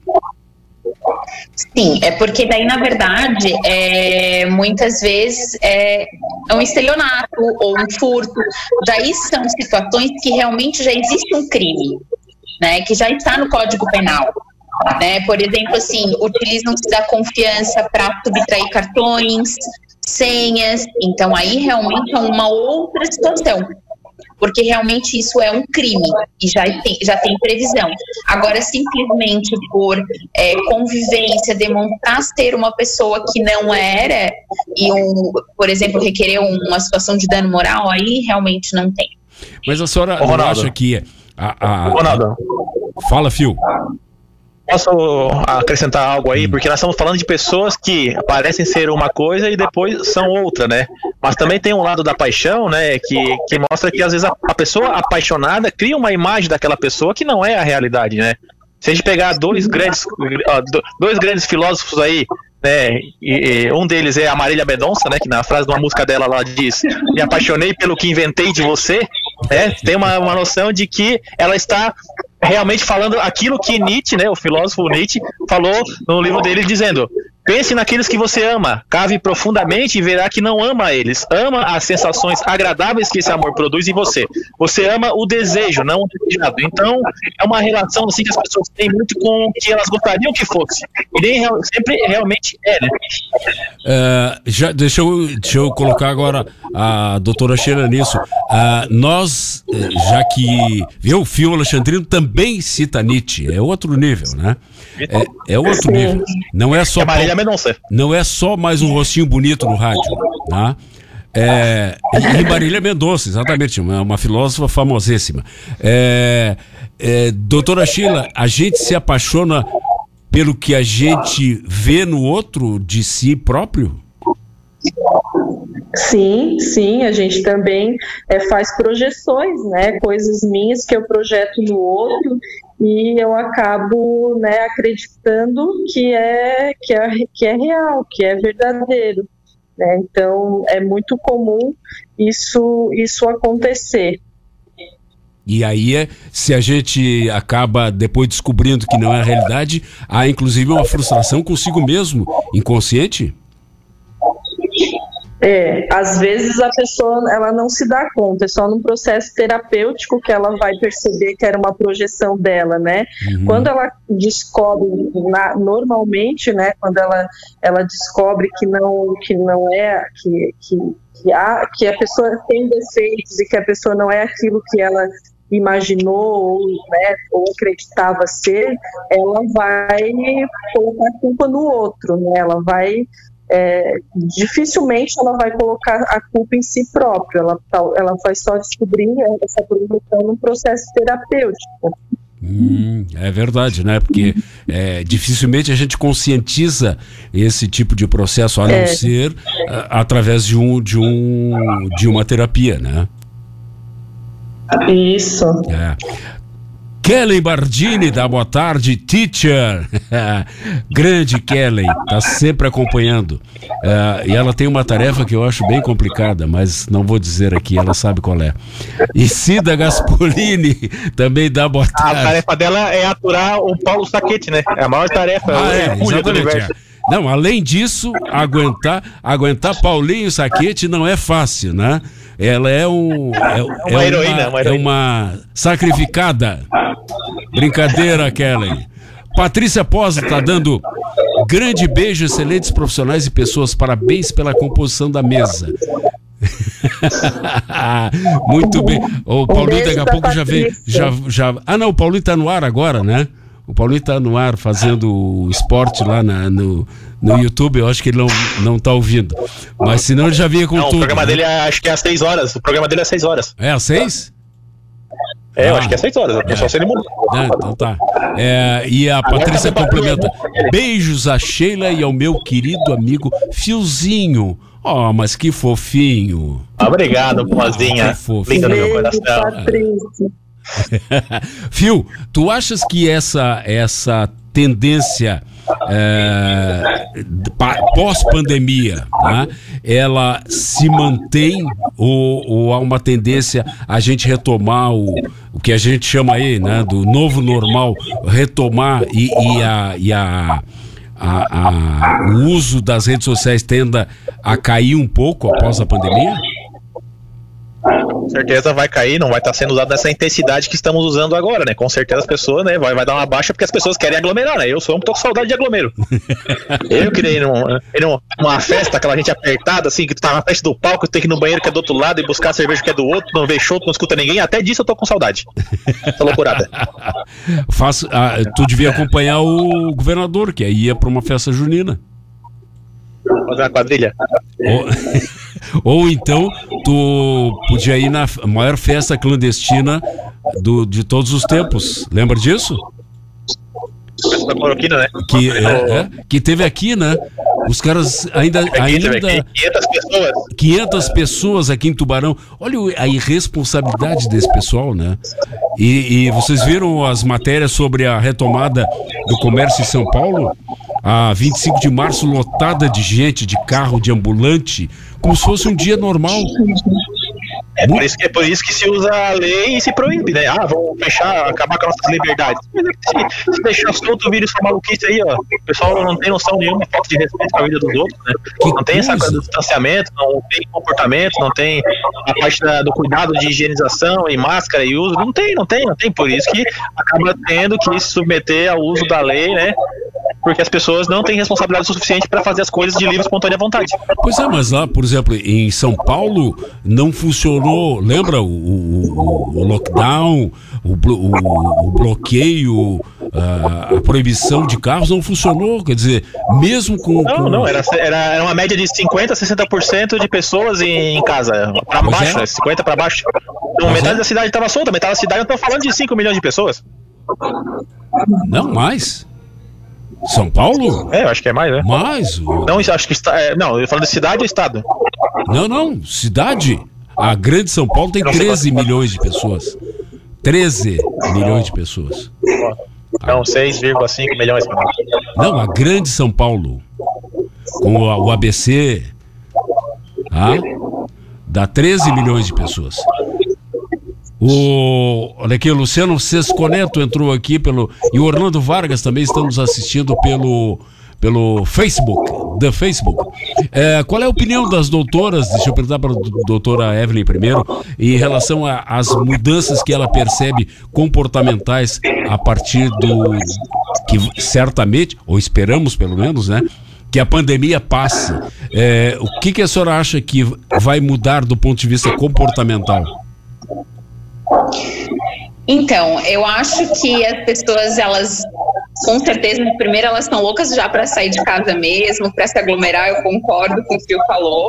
Sim, é porque daí, na verdade, é, muitas vezes é, é um estelionato ou um furto. Daí são situações que realmente já existe um crime, né? Que já está no Código Penal. Né? Por exemplo, assim, utilizam-se da confiança para subtrair cartões, senhas, então aí realmente é uma outra situação, porque realmente isso é um crime e já tem, já tem previsão. Agora, simplesmente por é, convivência, demonstrar ser uma pessoa que não era e, um, por exemplo, requerer uma situação de dano moral, aí realmente não tem. Mas a senhora Ô, não acha que... A, a, Ronaldo. Fala, Fio. Posso acrescentar algo aí? Porque nós estamos falando de pessoas que parecem ser uma coisa e depois são outra, né? Mas também tem um lado da paixão, né? Que, que mostra que às vezes a, a pessoa apaixonada cria uma imagem daquela pessoa que não é a realidade, né? Se a gente pegar dois grandes, dois grandes filósofos aí, né? E, e um deles é a Marília Mendonça, né? Que na frase de uma música dela lá diz: "Me apaixonei pelo que inventei de você", né? Tem uma, uma noção de que ela está realmente falando aquilo que Nietzsche, né, o filósofo Nietzsche, falou no livro dele, dizendo: pense naqueles que você ama, cave profundamente e verá que não ama eles, ama as sensações agradáveis que esse amor produz em você. Você ama o desejo, não o desejado. Então, é uma relação assim que as pessoas têm muito com o que elas gostariam que fosse, e nem real, sempre realmente é, né? Uh, já, deixa, eu, deixa eu colocar agora a doutora Sheila nisso. Uh, nós, já que viu, o Fio Alexandrino também cita Nietzsche, é outro nível, né? É, é outro nível. Não é só é Marília Mendonça. Não é só mais um rostinho bonito no rádio, tá? É, e Marília Mendonça, exatamente, uma, uma filósofa famosíssima. É, é, doutora Sheila, a gente se apaixona pelo que a gente vê no outro de si próprio? Sim, sim, a gente também é, faz projeções, né? Coisas minhas que eu projeto no outro e eu acabo, né, acreditando que é, que, é, que é real, que é verdadeiro, né? Então é muito comum isso, isso acontecer. E aí, é, se a gente acaba depois descobrindo que não é a realidade, há inclusive uma frustração consigo mesmo, inconsciente? É, às vezes a pessoa ela não se dá conta, é só num processo terapêutico que ela vai perceber que era uma projeção dela, né? Uhum. Quando ela descobre, na, normalmente, né, quando ela, ela descobre que não, que não é, que, que, que, há, que a pessoa tem defeitos e que a pessoa não é aquilo que ela imaginou, né, ou acreditava ser, ela vai colocar a culpa no outro, né? Ela vai É, dificilmente ela vai colocar a culpa em si própria, ela, ela vai só descobrir essa projeção num processo terapêutico. Hum, é verdade, né? Porque é, dificilmente a gente conscientiza esse tipo de processo, a não é. ser a, através de, um, de, um, de uma terapia, né? Isso. É. Kelly Bardini, dá boa tarde, teacher. Grande Kelly, tá sempre acompanhando. Uh, e ela tem uma tarefa que eu acho bem complicada, mas não vou dizer aqui, ela sabe qual é. E Cida Gaspolini também dá boa tarde. A tarefa dela é aturar o Paulo Saquete, né? É a maior tarefa, ah, é, é, do universo. É. Não, além disso, aguentar, aguentar Paulinho Saquete não é fácil, né? Ela é um é, é uma, é heroína, uma, uma heroína. É uma sacrificada. Brincadeira, Kelly. Patrícia Posa tá dando grande beijo, excelentes profissionais e pessoas, parabéns pela composição da mesa. Muito bem. O Paulinho daqui a pouco já vê, já, já. Ah, não, o Paulinho tá no ar agora, né? O Paulinho tá no ar fazendo esporte lá na, no, no YouTube. Eu acho que ele não, não tá ouvindo. Mas senão ele já vinha com não, tudo. O programa né? dele é, acho que é às seis horas. O programa dele é às seis horas. É às seis? É, ah, eu acho que é seis horas. É. Só se ele mudou. Ah, então tá. É, e a Patrícia complementa. Beijos a Sheila e ao meu querido amigo Fiozinho. Oh, mas que fofinho. Obrigado, Pozinha. Ah, que fofinho. Linda no meu coração. Fio, tu achas que essa, essa tendência é, pós-pandemia, tá? Ela se mantém ou, ou há uma tendência a gente retomar o, o que a gente chama aí, né, do novo normal, retomar e, e, a, e a, a, a, o uso das redes sociais tenda a cair um pouco após a pandemia? Com certeza vai cair, não vai estar sendo usado nessa intensidade que estamos usando agora, né? Com certeza as pessoas, né, vai, vai dar uma baixa porque as pessoas querem aglomerar, né? Eu sou um que tô com saudade de aglomero. Eu queria ir, num, ir numa festa, aquela gente apertada, assim, que tu tá na frente do palco, tu tem que ir no banheiro que é do outro lado e buscar a cerveja que é do outro, não vê show, tu não escuta ninguém, até disso eu tô com saudade. Essa loucurada. Faço, ah, tu devia acompanhar o governador, que aí ia pra uma festa junina. Fazer uma quadrilha. Ou, ou então tu podia ir na maior festa clandestina do, de todos os tempos. Lembra disso? Da cloroquina, né? Que, é, é, que teve aqui, né? Os caras ainda... ainda quinhentas pessoas. quinhentas pessoas aqui em Tubarão. Olha a irresponsabilidade desse pessoal, né? E, e vocês viram as matérias sobre a retomada do comércio em São Paulo? A vinte e cinco de março lotada de gente, de carro, de ambulante, como se fosse um dia normal. É por, isso que, é por isso que se usa a lei e se proíbe, né? Ah, vamos fechar, acabar com as nossas liberdades. Mas é que se, se deixar solto o vírus, essa maluquice aí, ó, o pessoal não tem noção nenhuma, falta de respeito com a vida dos outros, né? Que não tem coisa. essa coisa do distanciamento, não tem comportamento, não tem a parte da, do cuidado de higienização e máscara e uso, não tem, não tem, não tem. Por isso que acaba tendo que se submeter ao uso da lei, né? Porque as pessoas não têm responsabilidade suficiente para fazer as coisas de livre e espontânea vontade. Pois é, mas lá, por exemplo, em São Paulo não funcionou, lembra o, o, o lockdown, o, o, o bloqueio, a, a proibição de carros não funcionou, quer dizer, mesmo com... Não, com... não, era, era, era uma média de cinquenta, sessenta por cento de pessoas em, em casa, para baixo, é. né, cinquenta para baixo. Então, metade é. da cidade estava solta, metade da cidade eu estou falando de cinco milhões de pessoas. Não, mais... São Paulo? É, eu acho que é mais, né? Mais? O... Não, acho que está. É, não, eu falando de cidade ou estado? Não, não, cidade. A grande São Paulo tem treze milhões de pessoas. treze milhões de pessoas. Não, seis vírgula cinco milhões. Não, a grande São Paulo. Com o A B C. Ah, dá treze milhões de pessoas. O, olha aqui, o Luciano Sesconeto entrou aqui pelo... E o Orlando Vargas também está nos assistindo pelo, pelo Facebook, do Facebook. É, qual é a opinião das doutoras, deixa eu perguntar para a doutora Evelyn primeiro, em relação às mudanças que ela percebe comportamentais a partir do, que certamente, ou esperamos pelo menos, né, que a pandemia passe. É, o que, que a senhora acha que vai mudar do ponto de vista comportamental? Então, eu acho que as pessoas, elas, com certeza, primeiro elas estão loucas já para sair de casa mesmo, para se aglomerar, eu concordo com o que o Fio falou,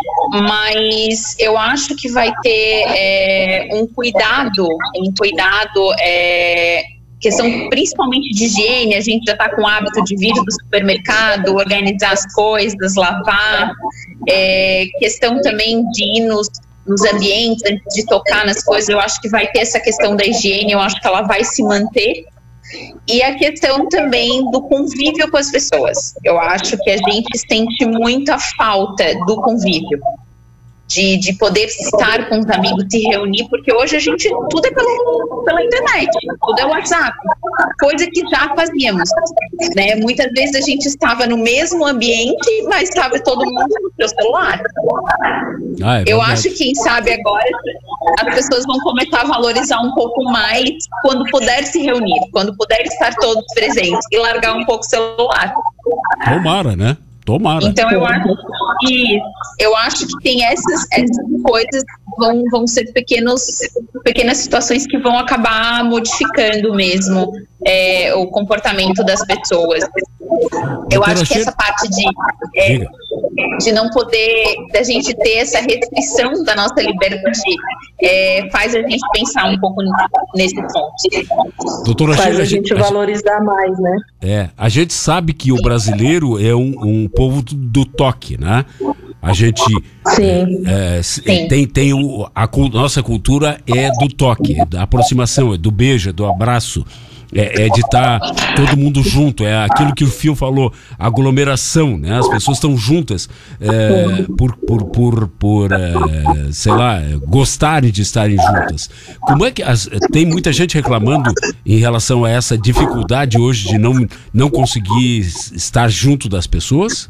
mas eu acho que vai ter é, um cuidado, um cuidado, é, questão principalmente de higiene, a gente já está com o hábito de vir do supermercado, organizar as coisas, lavar, é, questão também de ir nos, nos ambientes, antes de tocar nas coisas, eu acho que vai ter essa questão da higiene, eu acho que ela vai se manter, e a questão também do convívio com as pessoas, eu acho que a gente sente muita falta do convívio. De, de poder estar com os amigos, se reunir, porque hoje a gente, tudo é pelo, pela internet, tudo é WhatsApp, coisa que já fazíamos, né? Muitas vezes a gente estava no mesmo ambiente, mas estava todo mundo no seu celular. Ah, é Eu acho que, quem sabe, agora as pessoas vão começar a valorizar um pouco mais quando puder se reunir, quando puder estar todos presentes e largar um pouco o celular. Tomara, né? Tomara. Então eu acho que eu acho que tem essas, essas coisas vão, vão ser pequenos, pequenas situações que vão acabar modificando mesmo é, o comportamento das pessoas. Eu acho que essa parte de, é, de não poder, da gente ter essa restrição da nossa liberdade, é, faz a gente pensar um pouco nesse ponto. Doutora faz Sheila, a gente a valorizar a, mais, né? É, a gente sabe que o brasileiro é um, um povo do, do toque, né? A gente Sim. É, Sim. tem, tem o, a, a nossa cultura é do toque, é da aproximação, é do beijo, é do abraço. É, é de estar tá todo mundo junto, é aquilo que o Fio falou, aglomeração, né? As pessoas estão juntas é, por, por, por, por é, sei lá, gostarem de estarem juntas. Como é que as, tem muita gente reclamando em relação a essa dificuldade hoje de não, não conseguir estar junto das pessoas?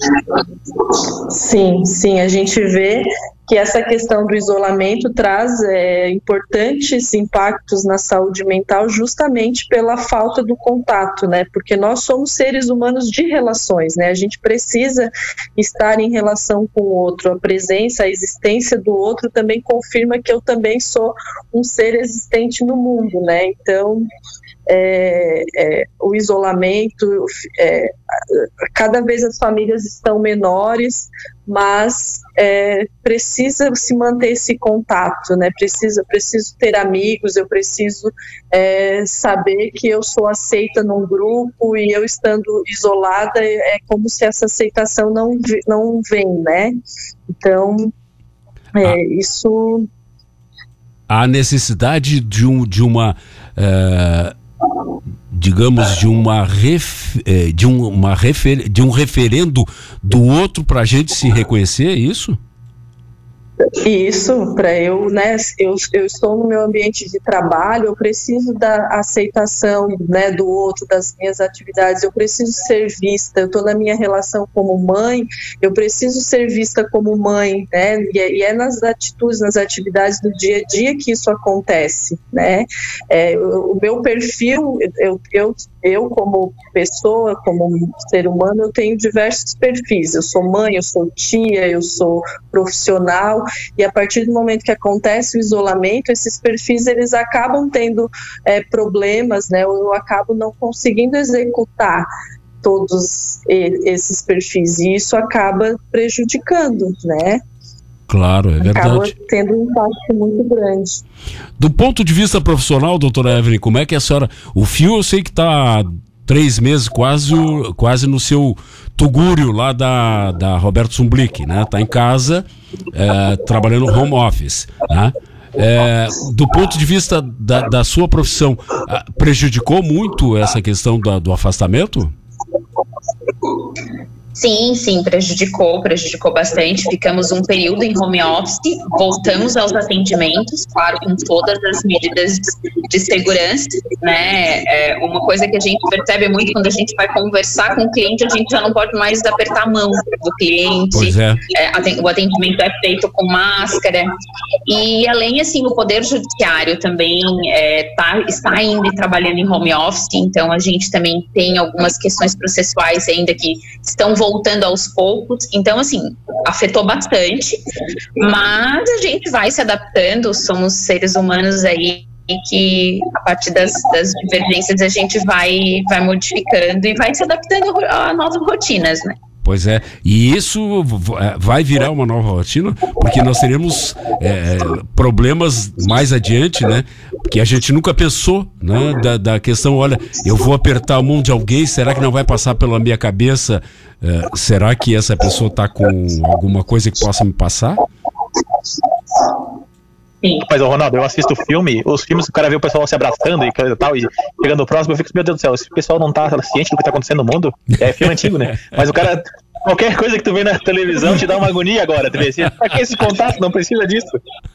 Sim, sim, a gente vê que essa questão do isolamento traz é, importantes impactos na saúde mental justamente pela falta do contato, né? Porque nós somos seres humanos de relações, né? A gente precisa estar em relação com o outro. A presença, a existência do outro também confirma que eu também sou um ser existente no mundo, né? Então, É, é, o isolamento, é, cada vez as famílias estão menores, mas é, precisa se manter esse contato, né? Precisa, preciso ter amigos, eu preciso é, saber que eu sou aceita num grupo, e eu estando isolada é como se essa aceitação não, não vem, né? Então, é, ah. isso... A necessidade de, um, de uma... Uh... digamos, de uma, ref, de, um, uma refer, de um referendo do outro para a gente se reconhecer, é isso? Isso, para eu, né, eu, eu estou no meu ambiente de trabalho, eu preciso da aceitação, né, do outro, das minhas atividades, eu preciso ser vista, eu estou na minha relação como mãe, eu preciso ser vista como mãe, né, e é, e é nas atitudes, nas atividades do dia a dia que isso acontece, né, é, o, o meu perfil, eu, eu, eu como pessoa, como ser humano, eu tenho diversos perfis, eu sou mãe, eu sou tia, eu sou profissional, e a partir do momento que acontece o isolamento, esses perfis eles acabam tendo é, problemas, né? Eu acabo não conseguindo executar todos esses perfis, e isso acaba prejudicando, né? Claro, é verdade. Acaba tendo um impacto muito grande. Do ponto de vista profissional, doutora Evelyn, como é que a senhora... O Fio eu sei que está três meses quase, quase no seu tugúrio lá da, da Roberto Sumblick, né? Está em casa, é, trabalhando home office, né? É, do ponto de vista da, da sua profissão, prejudicou muito essa questão da, do afastamento? Sim, sim, prejudicou, prejudicou bastante. Ficamos um período em home office, voltamos aos atendimentos, claro, com todas as medidas de segurança, né? É uma coisa que a gente percebe muito quando a gente vai conversar com o cliente, a gente já não pode mais apertar a mão do cliente. Pois é. É, o atendimento é feito com máscara. E além, assim, o Poder Judiciário também é, tá, está indo e trabalhando em home office, então a gente também tem algumas questões processuais ainda que estão voltando aos poucos, então assim, afetou bastante, mas a gente vai se adaptando, somos seres humanos aí que a partir das, das divergências a gente vai, vai modificando e vai se adaptando a novas rotinas, né? Pois é, e isso vai virar uma nova rotina, porque nós teremos é, problemas mais adiante, né? Que a gente nunca pensou, né? Da, da questão, olha, eu vou apertar a mão de alguém, será que não vai passar pela minha cabeça? É, será que essa pessoa está com alguma coisa que possa me passar? Sim. Mas, ô Ronaldo, eu assisto filme, os filmes o cara vê o pessoal se abraçando e tal, e chegando próximo, eu fico, meu Deus do céu, esse pessoal não tá ciente do que tá acontecendo no mundo? É filme antigo, né? Mas o cara, qualquer coisa que tu vê na televisão te dá uma agonia agora, tu vê assim, pra que esse contato? Não precisa disso.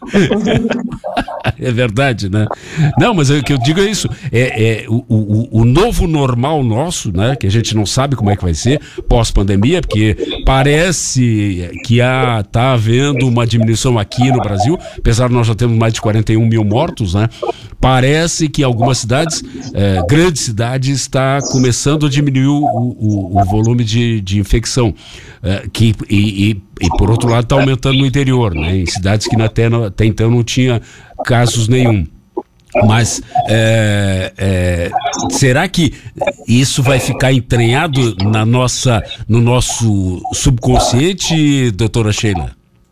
É verdade, né? Não, mas o que eu digo é isso, é, é o, o, o novo normal nosso, né, que a gente não sabe como é que vai ser pós-pandemia, porque parece que há, tá havendo uma diminuição aqui no Brasil, apesar de nós já termos mais de quarenta e um mil mortos, né? Parece que algumas cidades, é, grandes cidades, está começando a diminuir o, o, o volume de, de infecção, é, que, e, e, e por outro lado está aumentando no interior, né? Em cidades que até, até então não tinha casos nenhum. Mas é, é, será que isso vai ficar entranhado na nossa, no nosso subconsciente, doutora Sheila?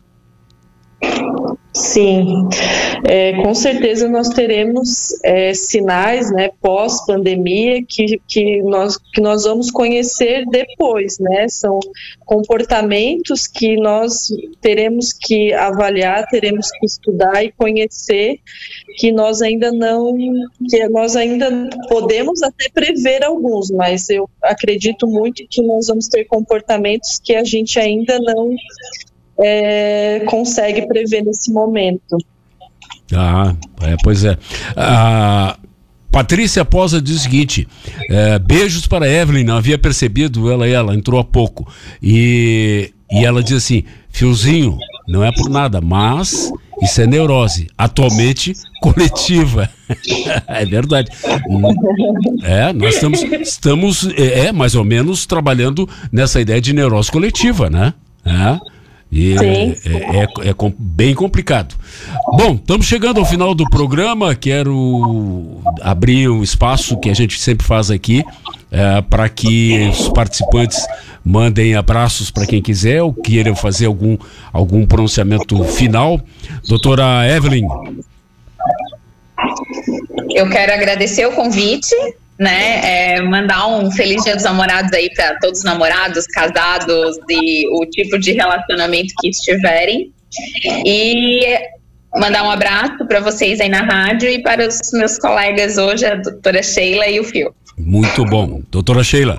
Sim, é, com certeza nós teremos é, sinais, né, pós-pandemia que, que, nós, que nós vamos conhecer depois, né, são comportamentos que nós teremos que avaliar, teremos que estudar e conhecer, que nós ainda não, que nós ainda podemos até prever alguns, mas eu acredito muito que nós vamos ter comportamentos que a gente ainda não É, consegue prever nesse momento. Ah, é, pois é. A Patrícia Posa diz o seguinte: é, beijos para Evelyn, não havia percebido ela, ela entrou há pouco. E, e ela diz assim: Fiozinho, não é por nada, mas isso é neurose, atualmente coletiva. É verdade. É, nós estamos, estamos é, é, mais ou menos trabalhando nessa ideia de neurose coletiva, né? É. E é, é, é, é bem complicado. Bom, estamos chegando ao final do programa. Quero abrir um espaço que a gente sempre faz aqui é, para que os participantes mandem abraços para quem quiser ou queiram fazer algum, algum pronunciamento final. Doutora Evelyn. Eu quero agradecer o convite, né, é, mandar um feliz dia dos namorados aí para todos os namorados, casados e o tipo de relacionamento que estiverem, e mandar um abraço para vocês aí na rádio e para os meus colegas hoje, a doutora Sheila e o Fio. Muito bom. Doutora Sheila.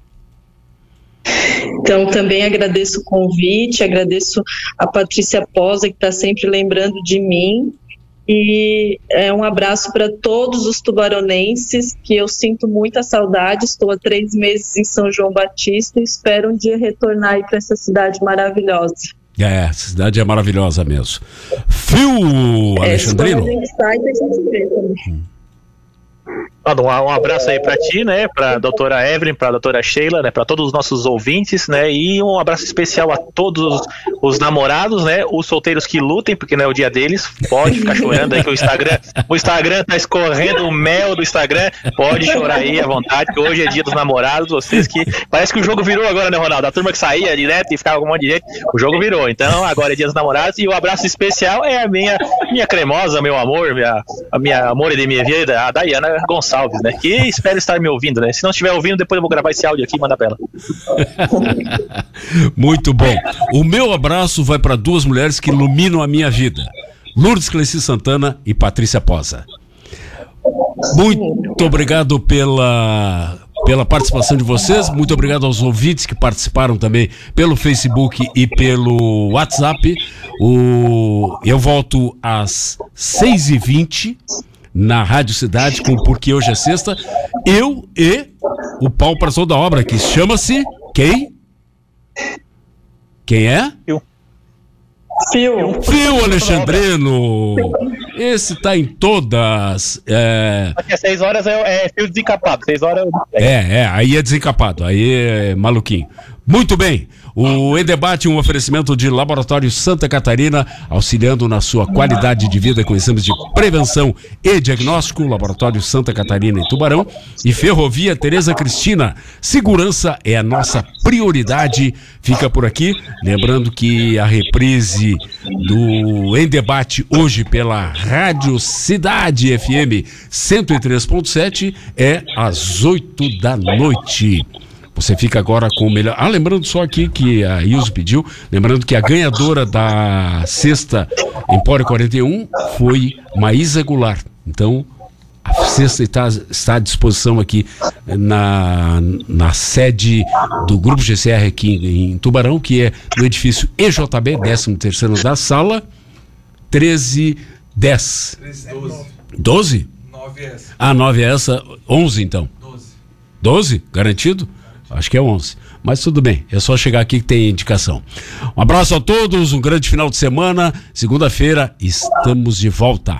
Então, também agradeço o convite, agradeço a Patrícia Posa, que está sempre lembrando de mim. E é, um abraço para todos os tubaronenses, que eu sinto muita saudade. Estou há três meses em São João Batista e espero um dia retornar para essa cidade maravilhosa. É, essa cidade é maravilhosa mesmo. Fio Alexandrino. É, a gente sai, a gente vê também. Hum. Um abraço aí pra ti, né, pra doutora Evelyn, pra doutora Sheila, né, pra todos os nossos ouvintes, né, e um abraço especial a todos os, os namorados, né, os solteiros que lutem, porque não é o dia deles, pode ficar chorando aí que o Instagram, o Instagram tá escorrendo o mel do Instagram, pode chorar aí à vontade, que hoje é dia dos namorados, vocês que, parece que o jogo virou agora, né, Ronaldo, a turma que saía direto e ficava com um monte de gente, o jogo virou, então agora é dia dos namorados, e o abraço especial é a minha, minha cremosa, meu amor, minha, a minha amor de minha vida, a Dayana Gonçalves. Salve, né? Que espero estar me ouvindo, né? Se não estiver ouvindo, depois eu vou gravar esse áudio aqui e mandar pra ela. Muito bom. O meu abraço vai para duas mulheres que iluminam a minha vida: Lourdes Cleci Santana e Patrícia Posa. Muito obrigado pela pela participação de vocês, muito obrigado aos ouvintes que participaram também pelo Facebook e pelo WhatsApp. O... Eu volto às seis e vinte na Rádio Cidade com Porque Hoje é Sexta. Eu e o pau para toda a obra, que chama-se quem? Quem é? Eu. Fio. Fio Alexandrino. Esse tá em todas. É, Aqui é seis horas é, é fio desencapado. Seis horas é, é, aí é desencapado, aí é maluquinho. Muito bem, o E-Debate, um oferecimento de Laboratório Santa Catarina, auxiliando na sua qualidade de vida com exames de prevenção e diagnóstico, Laboratório Santa Catarina em Tubarão, e Ferrovia Tereza Cristina. Segurança é a nossa prioridade. Fica por aqui, lembrando que a reprise do E-Debate hoje pela Rádio Cidade F M cento e três ponto sete é às oito da noite. Você fica agora com o melhor... Ah, lembrando só aqui que a Ilse pediu, lembrando que a ganhadora da sexta Empório quarenta e um foi Maísa Goulart. Então, a cesta está, está à disposição aqui na, na sede do Grupo G C R aqui em, em Tubarão, que é no edifício E J B, décimo terceiro da sala, treze dez. doze? nove é essa. Ah, nove é essa, onze então. doze. doze? Garantido? Acho que é onze, mas tudo bem, é só chegar aqui que tem indicação. Um abraço a todos, um grande final de semana. Segunda-feira estamos de volta.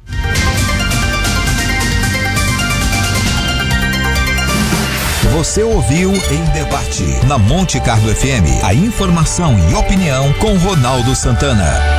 Você ouviu Em Debate na Monte Carlo F M. A informação e opinião com Ronaldo Santana.